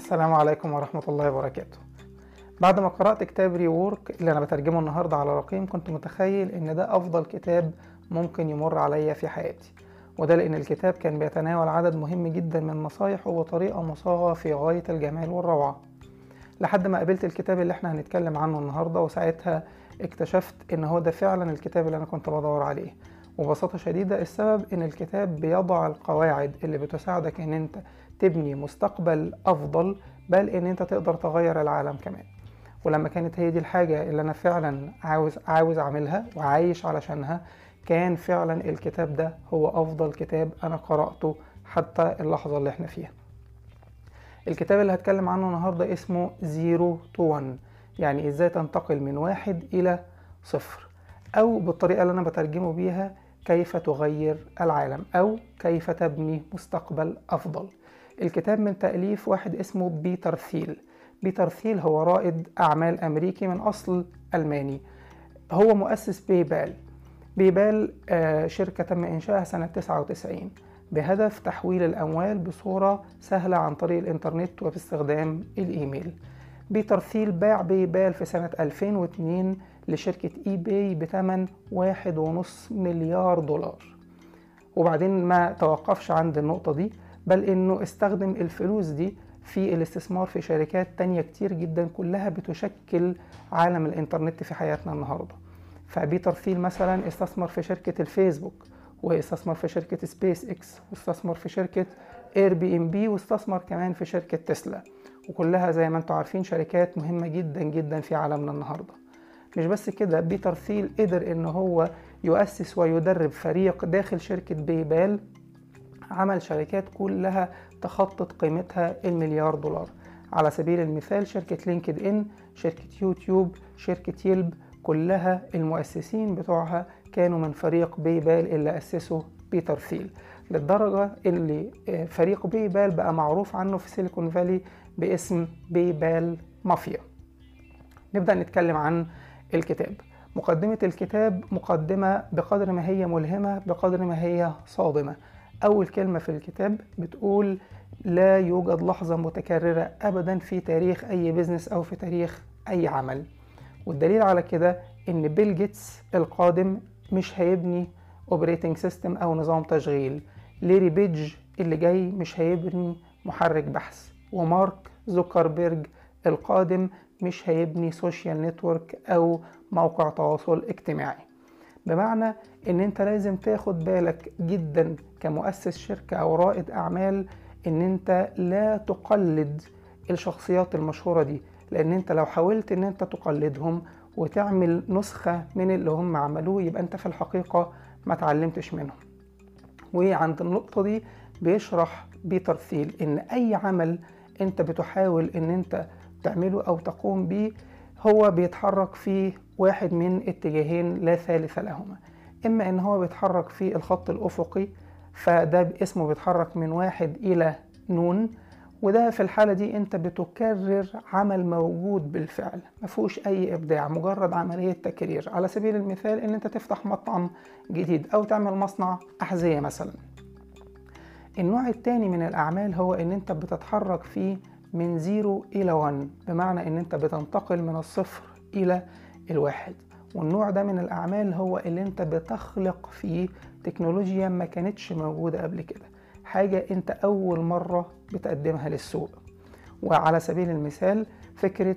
السلام عليكم ورحمة الله وبركاته. بعد ما قرأت كتاب ريورك اللي أنا بترجمه النهاردة على رقيم، كنت متخيل إن ده أفضل كتاب ممكن يمر عليا في حياتي، وده لأن الكتاب كان بيتناول عدد مهم جدا من نصايحه وطريقة مصاغة في غاية الجمال والروعة، لحد ما قابلت الكتاب اللي احنا هنتكلم عنه النهاردة، وساعتها اكتشفت إن هو ده فعلا الكتاب اللي أنا كنت بدور عليه. وببساطة شديدة السبب إن الكتاب بيضع القواعد اللي بتساعدك إن أنت تبني مستقبل أفضل، بل إن أنت تقدر تغير العالم كمان. ولما كانت هي دي الحاجة اللي أنا فعلا عاوز أعملها وعايش علشانها، كان فعلا الكتاب ده هو أفضل كتاب أنا قرأته حتى اللحظة اللي احنا فيها. الكتاب اللي هتكلم عنه النهاردة اسمه Zero to One، يعني إزاي تنتقل من 1 إلى 0، أو بالطريقة اللي أنا بترجمه بيها كيف تغير العالم، أو كيف تبني مستقبل أفضل. الكتاب من تأليف واحد اسمه بيتر ثيل. بيتر ثيل هو رائد أعمال أمريكي من أصل ألماني، هو مؤسس بيبال شركة تم إنشائها سنة 99 بهدف تحويل الأموال بصورة سهلة عن طريق الإنترنت وباستخدام الإيميل. بيتر ثيل باع بيبال في سنة 2002 لشركة إي باي بثمن 1.5 مليار دولار. وبعدين ما توقفش عند النقطة دي، بل إنه استخدم الفلوس دي في الاستثمار في شركات تانية كتير جدا، كلها بتشكل عالم الإنترنت في حياتنا النهاردة. فبيتر ثيل مثلا استثمر في شركة الفيسبوك، واستثمر في شركة سبيس اكس، واستثمر في شركة اير بي ام بي، واستثمر كمان في شركة تسلا، وكلها زي ما انتم عارفين شركات مهمة جدا جدا في عالمنا النهاردة. مش بس كده، بيتر ثيل قدر ان هو يؤسس ويدرب فريق داخل شركة بيبال، عمل شركات كلها تخطط قيمتها المليار دولار. على سبيل المثال شركة لينكد ان، شركة يوتيوب، شركة يلب، كلها المؤسسين بتوعها كانوا من فريق بيبال اللي أسسه بيتر ثيل، للدرجة اللي فريق بيبال بقى معروف عنه في سيليكون فالي باسم بيبال مافيا. نبدأ نتكلم عن الكتاب. مقدمة الكتاب مقدمة بقدر ما هي ملهمة بقدر ما هي صادمة. أول كلمة في الكتاب بتقول: لا يوجد لحظة متكررة أبدا في تاريخ أي بيزنس أو في تاريخ أي عمل. والدليل على كده إن بيل جيتس القادم مش هيبني اوبريتنج سيستم أو نظام تشغيل، ليري بيج اللي جاي مش هيبني محرك بحث، ومارك زوكربيرج القادم مش هيبني سوشيال نتورك أو موقع تواصل اجتماعي. بمعنى إن أنت لازم تاخد بالك جدا كمؤسس شركة أو رائد أعمال إن أنت لا تقلد الشخصيات المشهورة دي، لأن أنت لو حاولت إن أنت تقلدهم وتعمل نسخة من اللي هم عملوه، يبقى أنت في الحقيقة ما تعلمتش منهم. وعند النقطة دي بيشرح بيتر ثيل إن أي عمل أنت بتحاول إن أنت تعمله أو تقوم به هو بيتحرك في واحد من اتجاهين لا ثالث لهما. إما إن هو بيتحرك في الخط الأفقي، فده اسمه بيتحرك من 1 إلى نون، وده في الحالة دي انت بتكرر عمل موجود بالفعل، مفهوش اي ابداع، مجرد عملية تكرير. على سبيل المثال ان انت تفتح مطعم جديد او تعمل مصنع احذية مثلا. النوع التاني من الاعمال هو ان انت بتتحرك فيه من 0 إلى 1، بمعنى ان انت بتنتقل من 0 إلى 1. والنوع ده من الاعمال هو اللي انت بتخلق فيه تكنولوجيا ما كانتش موجودة قبل كده، حاجة انت اول مرة بتقدمها للسوق. وعلى سبيل المثال فكرة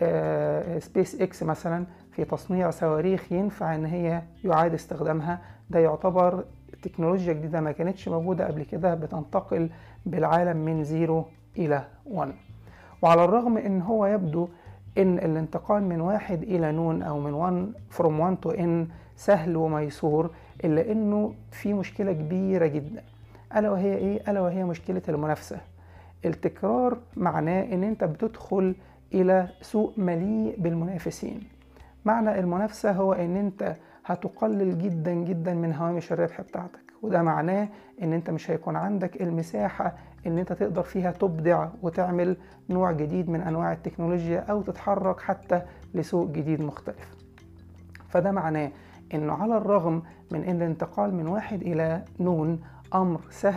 سبيس اكس مثلا في تصنيع صواريخ ينفع ان هي يعاد استخدامها، ده يعتبر تكنولوجيا جديدة ما كانتش موجودة قبل كده، بتنتقل بالعالم من 0 إلى 1. وعلى الرغم ان هو يبدو ان الانتقال من 1 إلى نون او من 1 from 1 to n سهل وميسور، الا انه في مشكلة كبيرة جدا، ألا وهي إيه؟ ألا وهي مشكلة المنافسة. التكرار معناه إن أنت بتدخل إلى سوق مليء بالمنافسين. معنى المنافسة هو إن أنت هتقلل جدا جدا من هوامش الربح بتاعتك، وده معناه إن أنت مش هيكون عندك المساحة إن أنت تقدر فيها تبدع وتعمل نوع جديد من أنواع التكنولوجيا أو تتحرك حتى لسوق جديد مختلف. فده معناه إنه على الرغم من إن الانتقال من 1 إلى نون أمر سهل،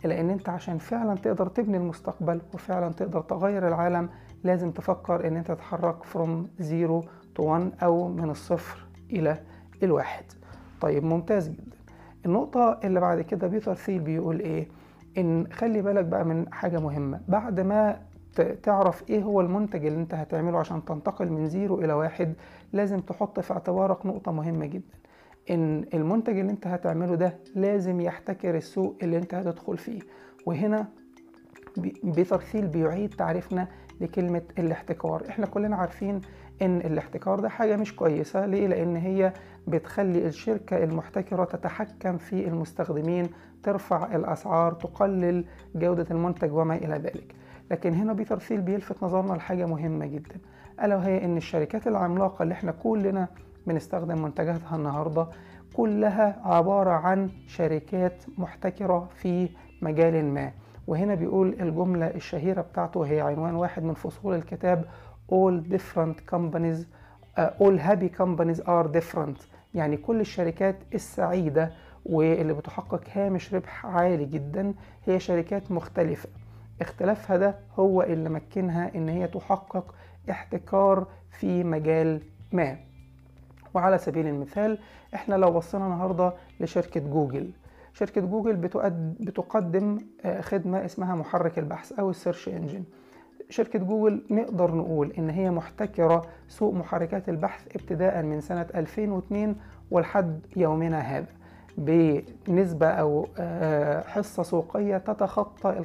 إلى إن أنت عشان فعلا تقدر تبني المستقبل وفعلا تقدر تغير العالم لازم تفكر إن أنت تتحرك from 0 to 1 أو من الصفر إلى الواحد. طيب ممتاز جدا. النقطة اللي بعد كده بيتر ثيل بيقول إيه؟ إن خلي بالك بقى من حاجة مهمة. بعد ما تعرف إيه هو المنتج اللي أنت هتعمله عشان تنتقل من 0 إلى 1، لازم تحط في اعتبارك نقطة مهمة جدا، إن المنتج اللي أنت هتعمله ده لازم يحتكر السوق اللي أنت هتدخل فيه. وهنا بيتر ثيل بيعيد تعريفنا لكلمة الاحتكار. احنا كلنا عارفين ان الاحتكار ده حاجة مش كويسة. ليه؟ لان هي بتخلي الشركة المحتكرة تتحكم في المستخدمين، ترفع الاسعار، تقلل جودة المنتج وما الى ذلك. لكن هنا بيتر ثيل بيلفت نظرنا لحاجة مهمة جدا، الا وهي ان الشركات العملاقة اللي احنا كلنا بنستخدم منتجاتها النهاردة كلها عبارة عن شركات محتكرة في مجال ما. وهنا بيقول الجملة الشهيرة بتاعته، هي عنوان واحد من فصول الكتاب: all different companies all happy companies are different. يعني كل الشركات السعيدة واللي بتحقق هامش ربح عالي جدا هي شركات مختلفة. اختلافها ده هو اللي مكنها ان هي تحقق احتكار في مجال ما. وعلى سبيل المثال احنا لو بصينا النهاردة لشركة جوجل، شركة جوجل بتقدم خدمة اسمها محرك البحث أو السيرش انجن. شركة جوجل نقدر نقول إن هي محتكرة سوق محركات البحث ابتداء من سنة 2002 ولحد يومنا هذا بنسبة أو حصة سوقية تتخطى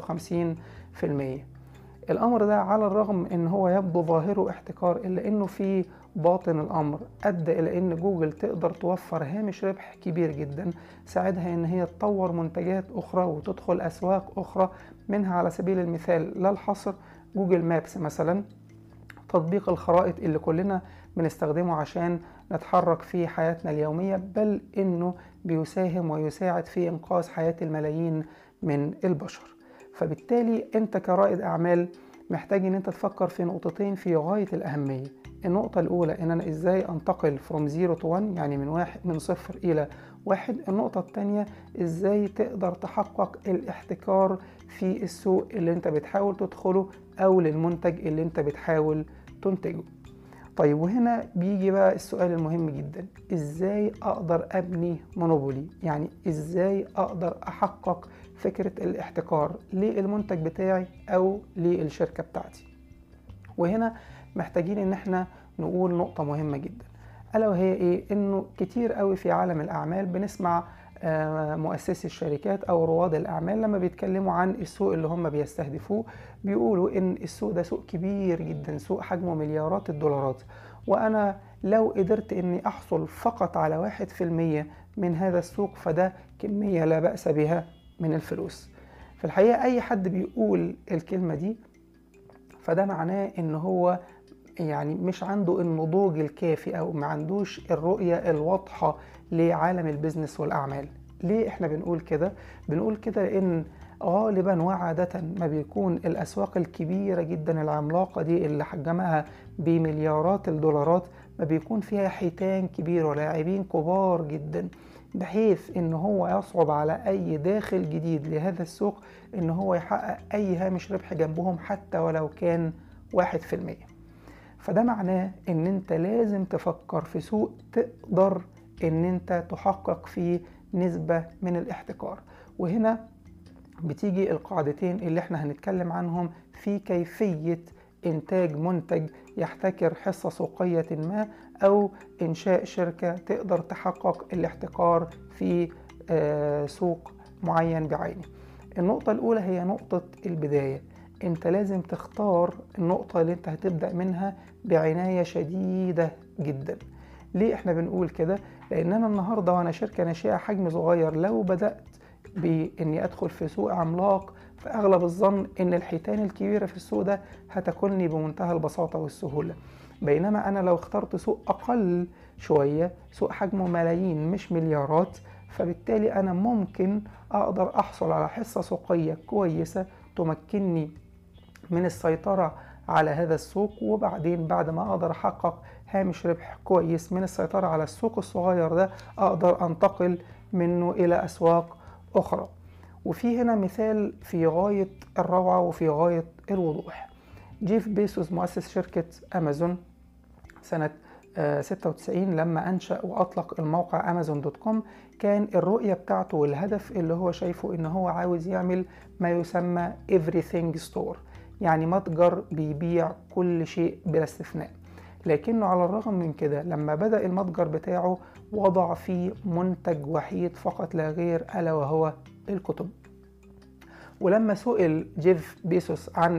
55%. الأمر ده على الرغم إن هو يبدو ظاهره احتكار، إلا إنه في باطن الأمر أدى إلى إن جوجل تقدر توفر هامش ربح كبير جدا ساعدها إن هي تطور منتجات أخرى وتدخل أسواق أخرى. منها على سبيل المثال لا الحصر جوجل مابس مثلا، تطبيق الخرائط اللي كلنا بنستخدمه عشان نتحرك في حياتنا اليومية، بل إنه بيساهم ويساعد في إنقاذ حياة الملايين من البشر. فبالتالي أنت كرائد أعمال محتاج إن أنت تفكر في نقطتين في غاية الأهمية. النقطة الأولى إن أنا إزاي أنتقل from 0 to 1، يعني من صفر إلى واحد. النقطة التانية إزاي تقدر تحقق الاحتكار في السوق اللي أنت بتحاول تدخله أو للمنتج اللي أنت بتحاول تنتجه. طيب وهنا بيجي بقى السؤال المهم جدا: إزاي أقدر أبني مونوبولي؟ يعني إزاي أقدر أحقق فكرة الاحتكار للمنتج بتاعي أو للشركة بتاعتي؟ وهنا محتاجين إن احنا نقول نقطة مهمة جدا، ألا وهي إيه؟ إنه كتير قوي في عالم الأعمال بنسمع مؤسسي الشركات أو رواد الأعمال لما بيتكلموا عن السوق اللي هم بيستهدفوه بيقولوا إن السوق ده سوق كبير جدا، سوق حجمه مليارات الدولارات، وأنا لو قدرت إني أحصل فقط على 1% من هذا السوق فده كمية لا بأس بها من الفلوس. في الحقيقة أي حد بيقول الكلمة دي فده معناه إن هو يعني مش عنده النضوج الكافي أو ما عندوش الرؤية الواضحة لعالم البيزنس والأعمال. ليه إحنا بنقول كده؟ بنقول كده لأن غالبا وعادة ما بيكون الأسواق الكبيرة جدا العملاقة دي اللي حجمها بمليارات الدولارات ما بيكون فيها حيتان كبير ولاعبين كبار جدا، بحيث إن هو يصعب على أي داخل جديد لهذا السوق إن هو يحقق أي هامش ربح جنبهم حتى ولو كان 1%. فده معناه ان انت لازم تفكر في سوق تقدر ان انت تحقق فيه نسبة من الاحتكار. وهنا بتيجي القاعدتين اللي احنا هنتكلم عنهم في كيفية انتاج منتج يحتكر حصة سوقية ما او انشاء شركة تقدر تحقق الاحتكار في سوق معين بعينه. النقطة الاولى هي نقطة البداية. انت لازم تختار النقطة اللي انت هتبدأ منها بعناية شديدة جدا. ليه احنا بنقول كده؟ لان انا النهاردة وانا شركة ناشئة حجم صغير لو بدأت باني ادخل في سوق عملاق فاغلب الظن ان الحيتان الكبيرة في السوق ده هتاكلني بمنتهى البساطة والسهولة. بينما انا لو اخترت سوق اقل شوية، سوق حجمه ملايين مش مليارات، فبالتالي انا ممكن اقدر احصل على حصة سوقية كويسة تمكنني من السيطرة على هذا السوق، وبعدين بعد ما أقدر أحقق هامش ربح كويس من السيطرة على السوق الصغير ده أقدر أنتقل منه إلى أسواق أخرى. وفي هنا مثال في غاية الروعة وفي غاية الوضوح. جيف بيسوس مؤسس شركة أمازون سنة 96 لما أنشأ وأطلق الموقع أمازون.com، كان الرؤية بتاعته والهدف اللي هو شايفه إن هو عاوز يعمل ما يسمى everything store، يعني متجر بيبيع كل شيء بلا استثناء. لكنه على الرغم من كده لما بدأ المتجر بتاعه وضع فيه منتج وحيد فقط لا غير، ألا وهو الكتب. ولما سئل جيف بيسوس عن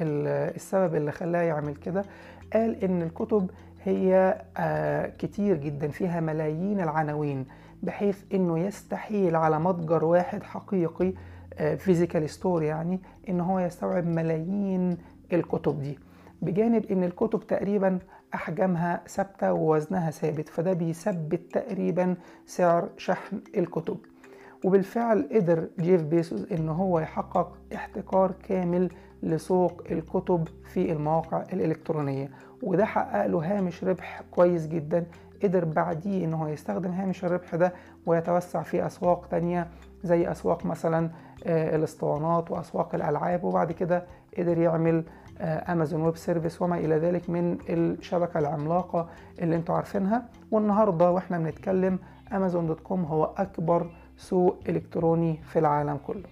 السبب اللي خلاه يعمل كده، قال إن الكتب هي كتير جدا، فيها ملايين العناوين، بحيث إنه يستحيل على متجر واحد حقيقي فيزيكال ستور يعني إن هو يستوعب ملايين الكتب دي، بجانب إن الكتب تقريبا أحجامها ثابتة ووزنها ثابت، فده بيثبت تقريبا سعر شحن الكتب. وبالفعل قدر جيف بيسوس إن هو يحقق احتكار كامل لسوق الكتب في المواقع الإلكترونية، وده حقق له هامش ربح كويس جدا. قدر بعديه إن هو يستخدم هامش الربح ده ويتوسع في أسواق تانية زي أسواق مثلا الاسطوانات وأسواق الألعاب، وبعد كده قدر يعمل أمازون ويب سيرفيس وما إلى ذلك من الشبكة العملاقة اللي انتوا عارفينها. والنهاردة واحنا بنتكلم Amazon.com هو أكبر سوق إلكتروني في العالم كله.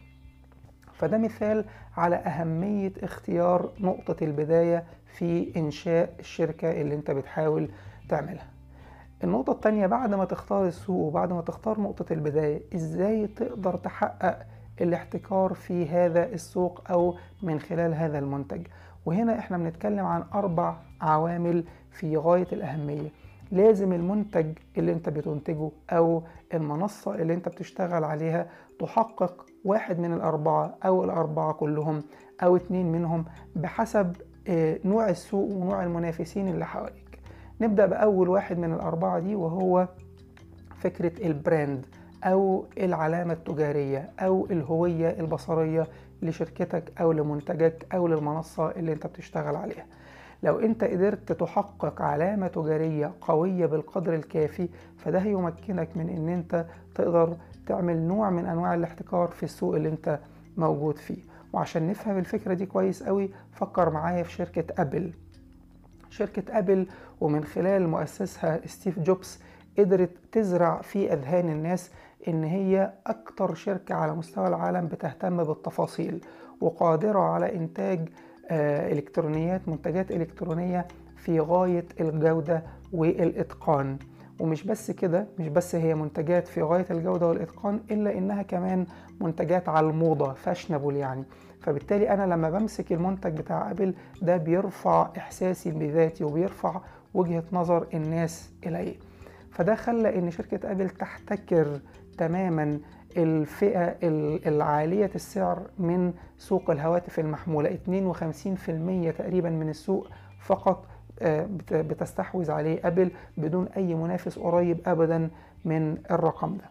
فده مثال على أهمية اختيار نقطة البداية في إنشاء الشركة اللي انت بتحاول تعملها. النقطة التانية، بعد ما تختار السوق وبعد ما تختار نقطة البداية، ازاي تقدر تحقق الاحتكار في هذا السوق أو من خلال هذا المنتج. وهنا احنا بنتكلم عن 4 عوامل في غاية الأهمية. لازم المنتج اللي انت بتنتجه أو المنصة اللي انت بتشتغل عليها تحقق واحد من الأربعة أو الأربعة كلهم أو 2 منهم بحسب نوع السوق ونوع المنافسين اللي حواليك. نبدأ بأول واحد من الأربعة دي، وهو فكرة البراند أو العلامة التجارية أو الهوية البصرية لشركتك أو لمنتجك أو للمنصة اللي انت بتشتغل عليها. لو انت قدرت تحقق علامة تجارية قوية بالقدر الكافي، فده هيمكنك من ان انت تقدر تعمل نوع من انواع الاحتكار في السوق اللي انت موجود فيه. وعشان نفهم الفكرة دي كويس قوي، فكر معايا في شركة أبل. شركة أبل ومن خلال مؤسسها ستيف جوبز قدرت تزرع في أذهان الناس إن هي أكتر شركة على مستوى العالم بتهتم بالتفاصيل وقادرة على إنتاج منتجات إلكترونية في غاية الجودة والإتقان. ومش بس كده، مش بس هي منتجات في غاية الجودة والإتقان، إلا إنها كمان منتجات على الموضة، فاشنبل يعني. فبالتالي أنا لما بمسك المنتج بتاع أبل ده بيرفع إحساسي بذاتي وبيرفع وجهة نظر الناس إليه. فده خلى إن شركة أبل تحتكر تماما الفئة العالية السعر من سوق الهواتف المحمولة. 52% تقريبا من السوق فقط بتستحوذ عليه أبل بدون أي منافس قريب أبدا من الرقم ده.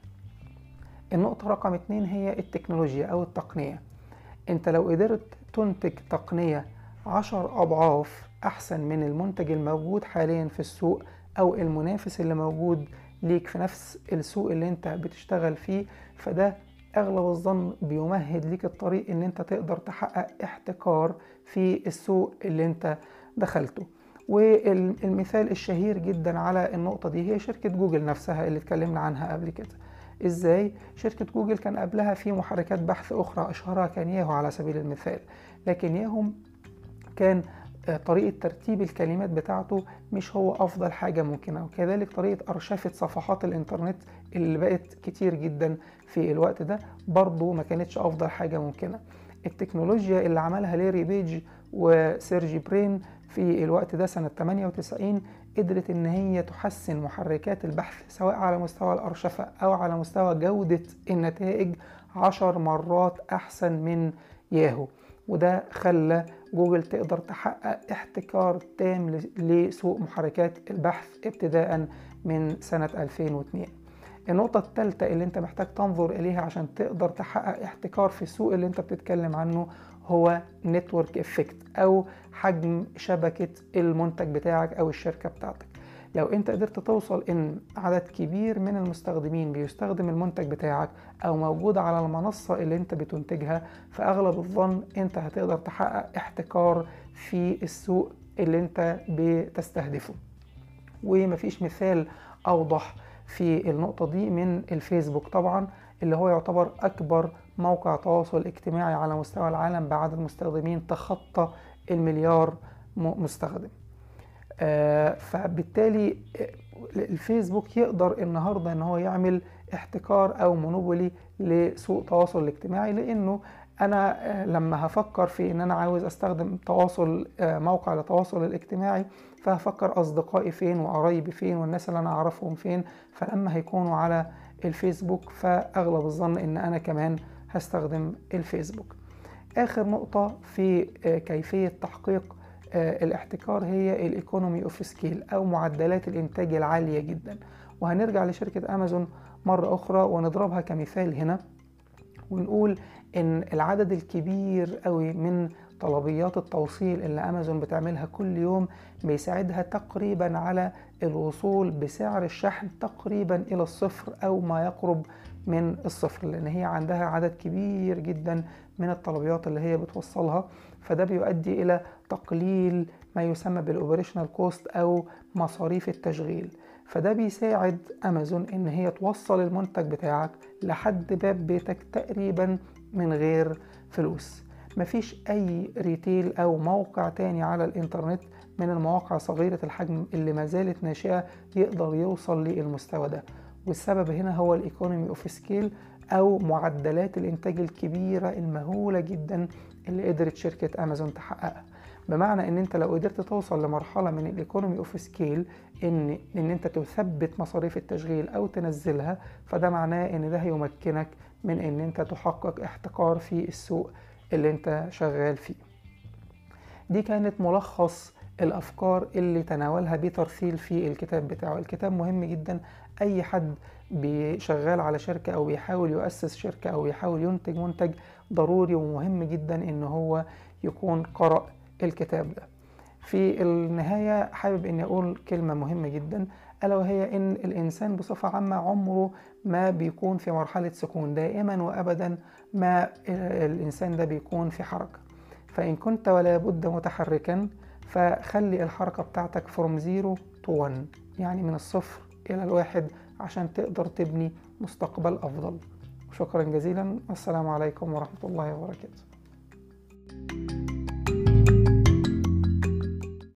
النقطة رقم 2 هي التكنولوجيا أو التقنية. انت لو قدرت تنتج تقنية 10 أضعاف أحسن من المنتج الموجود حاليا في السوق أو المنافس اللي موجود ليك في نفس السوق اللي انت بتشتغل فيه، فده أغلب الظن بيمهد ليك الطريق ان انت تقدر تحقق احتكار في السوق اللي انت دخلته. والمثال الشهير جدا على النقطة دي هي شركة جوجل نفسها اللي اتكلمنا عنها قبل كده. ازاي؟ شركة جوجل كان قبلها في محركات بحث أخرى أشهرها كان ياهو على سبيل المثال، لكن ياهو كان طريقة ترتيب الكلمات بتاعته مش هو أفضل حاجة ممكنة، وكذلك طريقة أرشفة صفحات الإنترنت اللي بقت كتير جدا في الوقت ده برضو ما كانتش أفضل حاجة ممكنة. التكنولوجيا اللي عملها ليري بيج وسيرجي برين في الوقت ده سنة 98 قدرت إن هي تحسن محركات البحث سواء على مستوى الأرشفة أو على مستوى جودة النتائج 10 مرات أحسن من ياهو. وده خلى جوجل تقدر تحقق احتكار تام لسوق محركات البحث ابتداء من سنة 2002. النقطة الثالثة اللي انت محتاج تنظر إليها عشان تقدر تحقق احتكار في السوق اللي انت بتتكلم عنه هو نتورك افكت أو حجم شبكة المنتج بتاعك أو الشركة بتاعتك. لو انت قدرت توصل ان عدد كبير من المستخدمين بيستخدم المنتج بتاعك او موجود على المنصة اللي انت بتنتجها، فاغلب الظن انت هتقدر تحقق احتكار في السوق اللي انت بتستهدفه. ومفيش مثال اوضح في النقطة دي من الفيسبوك طبعا، اللي هو يعتبر اكبر موقع تواصل اجتماعي على مستوى العالم بعدد مستخدمين تخطى المليار مستخدم. فبالتالي الفيسبوك يقدر النهاردة ان هو يعمل احتكار او مونوبولي لسوق التواصل الاجتماعي، لانه انا لما هفكر في ان انا عاوز استخدم تواصل موقع للتواصل الاجتماعي، فهفكر اصدقائي فين وقرايبي فين والناس اللي انا اعرفهم فين، فلما هيكونوا على الفيسبوك فاغلب الظن ان انا كمان هستخدم الفيسبوك. اخر نقطة في كيفية تحقيق الاحتكار هي الايكونومي اوف سكيل او معدلات الانتاج العالية جدا. وهنرجع لشركة امازون مرة اخرى ونضربها كمثال هنا، ونقول ان العدد الكبير قوي من طلبيات التوصيل اللي امازون بتعملها كل يوم بيساعدها تقريبا على الوصول بسعر الشحن تقريبا الى الصفر او ما يقرب من الصفر، لان هي عندها عدد كبير جدا من الطلبيات اللي هي بتوصلها. فده بيؤدي الى تقليل ما يسمى بالاوبريشنال كوست او مصاريف التشغيل. فده بيساعد امازون ان هي توصل المنتج بتاعك لحد باب بيتك تقريبا من غير فلوس. مفيش اي ريتيل او موقع تاني على الانترنت من المواقع صغيرة الحجم اللي ما زالت ناشئة يقدر يوصل للمستوى ده. والسبب هنا هو الايكونومي اوف سكيل او معدلات الانتاج الكبيرة المهولة جدا اللي قدرت شركة امازون تحققها. بمعنى ان انت لو قدرت توصل لمرحلة من الايكونومي اوف سكيل ان انت تثبت مصاريف التشغيل او تنزلها، فده معناه ان ده هيمكنك من ان انت تحقق احتكار في السوق اللي انت شغال فيه. دي كانت ملخص الافكار اللي تناولها بيتر ثيل في الكتاب بتاعه. الكتاب مهم جدا، اي حد بيشغال على شركة او بيحاول يؤسس شركة او بيحاول ينتج منتج ضروري ومهم جدا ان هو يكون قرأ الكتاب ده. في النهاية حابب اني اقول كلمة مهمة جدا، الا وهي ان الانسان بصفة عامة عمره ما بيكون في مرحلة سكون، دائما وابدا ما الانسان ده بيكون في حركة. فان كنت ولا بد متحركا فخلي الحركة بتاعتك from 0 to 1، يعني من الصفر الى الواحد، عشان تقدر تبني مستقبل افضل. شكرا جزيلا، والسلام عليكم ورحمة الله وبركاته.